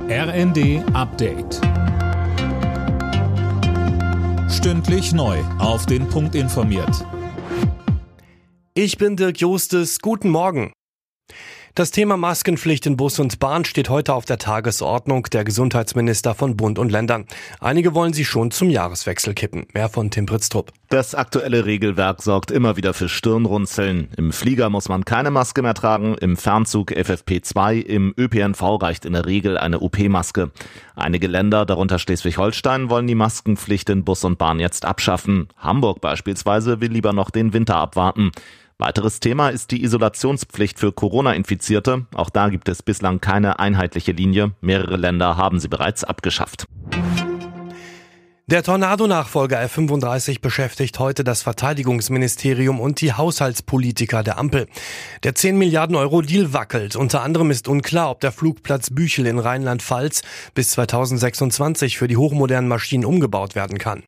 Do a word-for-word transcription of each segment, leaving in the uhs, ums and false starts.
R N D Update. Stündlich neu auf den Punkt informiert. Ich bin Dirk Justes. Guten Morgen. Das Thema Maskenpflicht in Bus und Bahn steht heute auf der Tagesordnung der Gesundheitsminister von Bund und Ländern. Einige wollen sie schon zum Jahreswechsel kippen. Mehr von Tim Pritztrup. Das aktuelle Regelwerk sorgt immer wieder für Stirnrunzeln. Im Flieger muss man keine Maske mehr tragen, im Fernzug F F P zwei, im Ö P N V reicht in der Regel eine O P-Maske. Einige Länder, darunter Schleswig-Holstein, wollen die Maskenpflicht in Bus und Bahn jetzt abschaffen. Hamburg beispielsweise will lieber noch den Winter abwarten. Weiteres Thema ist die Isolationspflicht für Corona-Infizierte. Auch da gibt es bislang keine einheitliche Linie. Mehrere Länder haben sie bereits abgeschafft. Der Tornado-Nachfolger F fünfunddreißig beschäftigt heute das Verteidigungsministerium und die Haushaltspolitiker der Ampel. Der zehn Milliarden Euro Deal wackelt. Unter anderem ist unklar, ob der Flugplatz Büchel in Rheinland-Pfalz bis zweitausendsechsundzwanzig für die hochmodernen Maschinen umgebaut werden kann.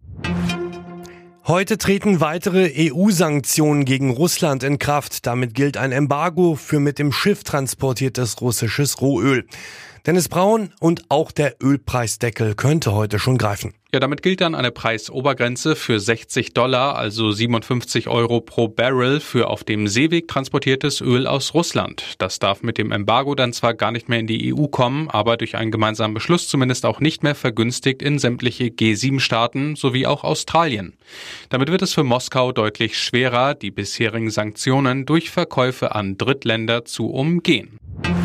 Heute treten weitere E U-Sanktionen gegen Russland in Kraft. Damit gilt ein Embargo für mit dem Schiff transportiertes russisches Rohöl. Dennis Braun und auch der Ölpreisdeckel könnte heute schon greifen. Ja, damit gilt dann eine Preisobergrenze für sechzig Dollar, also siebenundfünfzig Euro pro Barrel für auf dem Seeweg transportiertes Öl aus Russland. Das darf mit dem Embargo dann zwar gar nicht mehr in die E U kommen, aber durch einen gemeinsamen Beschluss zumindest auch nicht mehr vergünstigt in sämtliche G sieben Staaten sowie auch Australien. Damit wird es für Moskau deutlich schwerer, die bisherigen Sanktionen durch Verkäufe an Drittländer zu umgehen.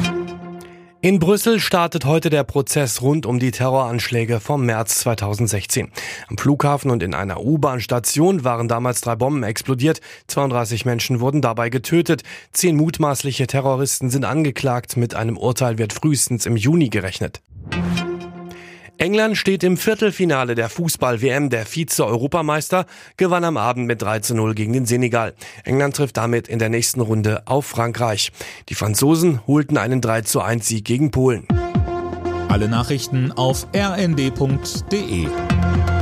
In Brüssel startet heute der Prozess rund um die Terroranschläge vom März zweitausendsechzehn. Am Flughafen und in einer U-Bahn-Station waren damals drei Bomben explodiert. zweiunddreißig Menschen wurden dabei getötet. Zehn mutmaßliche Terroristen sind angeklagt. Mit einem Urteil wird frühestens im Juni gerechnet. England steht im Viertelfinale der Fußball-W M. Der Vize-Europameister gewann am Abend mit drei zu null gegen den Senegal. England trifft damit in der nächsten Runde auf Frankreich. Die Franzosen holten einen drei zu eins Sieg gegen Polen. Alle Nachrichten auf r n d punkt d e.